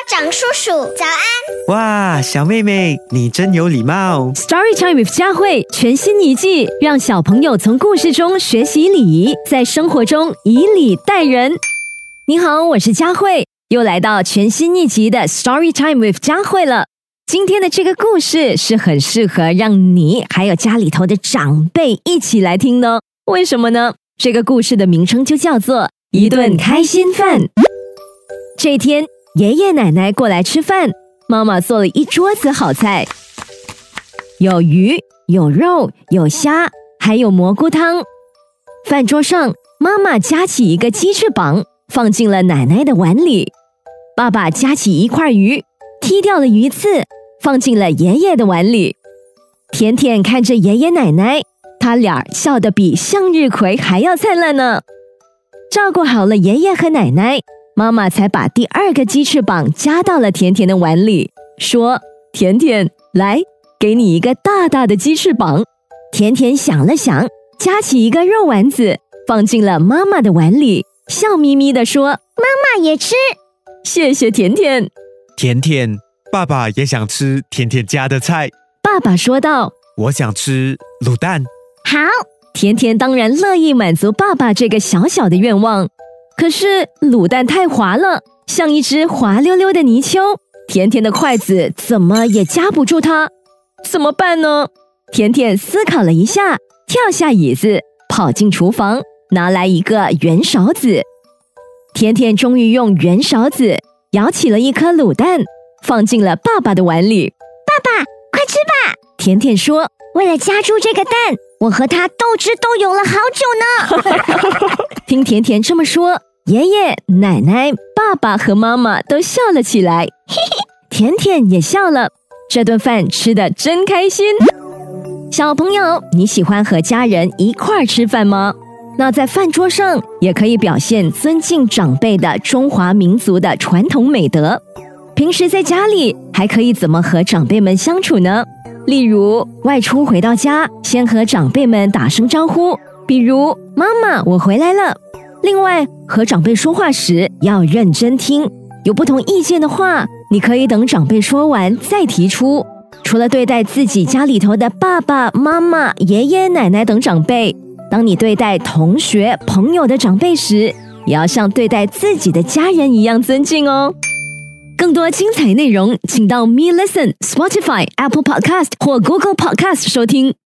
长叔叔，早安！ 哇，小妹妹，你真有礼貌。 Storytime with 佳慧全新一季，让小朋友从故事中学习礼仪，在生活中以礼待人。你好，我是佳慧，又来到全新一集的 Storytime with 佳慧了。今天的这个故事是很适合让你还有家里头的长辈一起来听的。为什么呢？这个故事的名称就叫做一顿开心饭。这一天，爷爷奶奶过来吃饭，妈妈做了一桌子好菜，有鱼，有肉，有虾，还有蘑菇汤。饭桌上，妈妈夹起一个鸡翅膀，放进了奶奶的碗里。爸爸夹起一块鱼，剔掉了鱼刺，放进了爷爷的碗里。甜甜看着爷爷奶奶，他俩笑得比向日葵还要灿烂呢。照顾好了爷爷和奶奶，妈妈才把第二个鸡翅膀夹到了甜甜的碗里，说：甜甜，来，给你一个大大的鸡翅膀。甜甜想了想，夹起一个肉丸子，放进了妈妈的碗里，笑眯眯地说：妈妈也吃。谢谢甜甜。 甜甜，爸爸也想吃甜甜家的菜。 爸爸说道： 我想吃卤蛋。 好。 甜甜当然乐意满足爸爸这个小小的愿望，可是卤蛋太滑了，像一只滑溜溜的泥鳅，甜甜的筷子怎么也夹不住它，怎么办呢？甜甜思考了一下，跳下椅子，跑进厨房，拿来一个圆勺子。甜甜终于用圆勺子舀起了一颗卤蛋，放进了爸爸的碗里。 爸爸，快吃吧！ 甜甜说： 为了夹住这个蛋，我和他斗智斗勇了好久呢。 听甜甜这么说，爷爷、奶奶、爸爸和妈妈都笑了起来，甜甜也笑了。这顿饭吃得真开心。小朋友，你喜欢和家人一块儿吃饭吗？那在饭桌上也可以表现尊敬长辈的中华民族的传统美德。平时在家里还可以怎么和长辈们相处呢？例如外出回到家，先和长辈们打声招呼，比如妈妈，我回来了。另外，和长辈说话时要认真听，有不同意见的话，你可以等长辈说完再提出。除了对待自己家里头的爸爸妈妈、爷爷奶奶等长辈，当你对待同学朋友的长辈时，也要像对待自己的家人一样尊敬哦。更多精彩内容，请到 Me Listen、Spotify、Apple Podcast 或 Google Podcast 收听。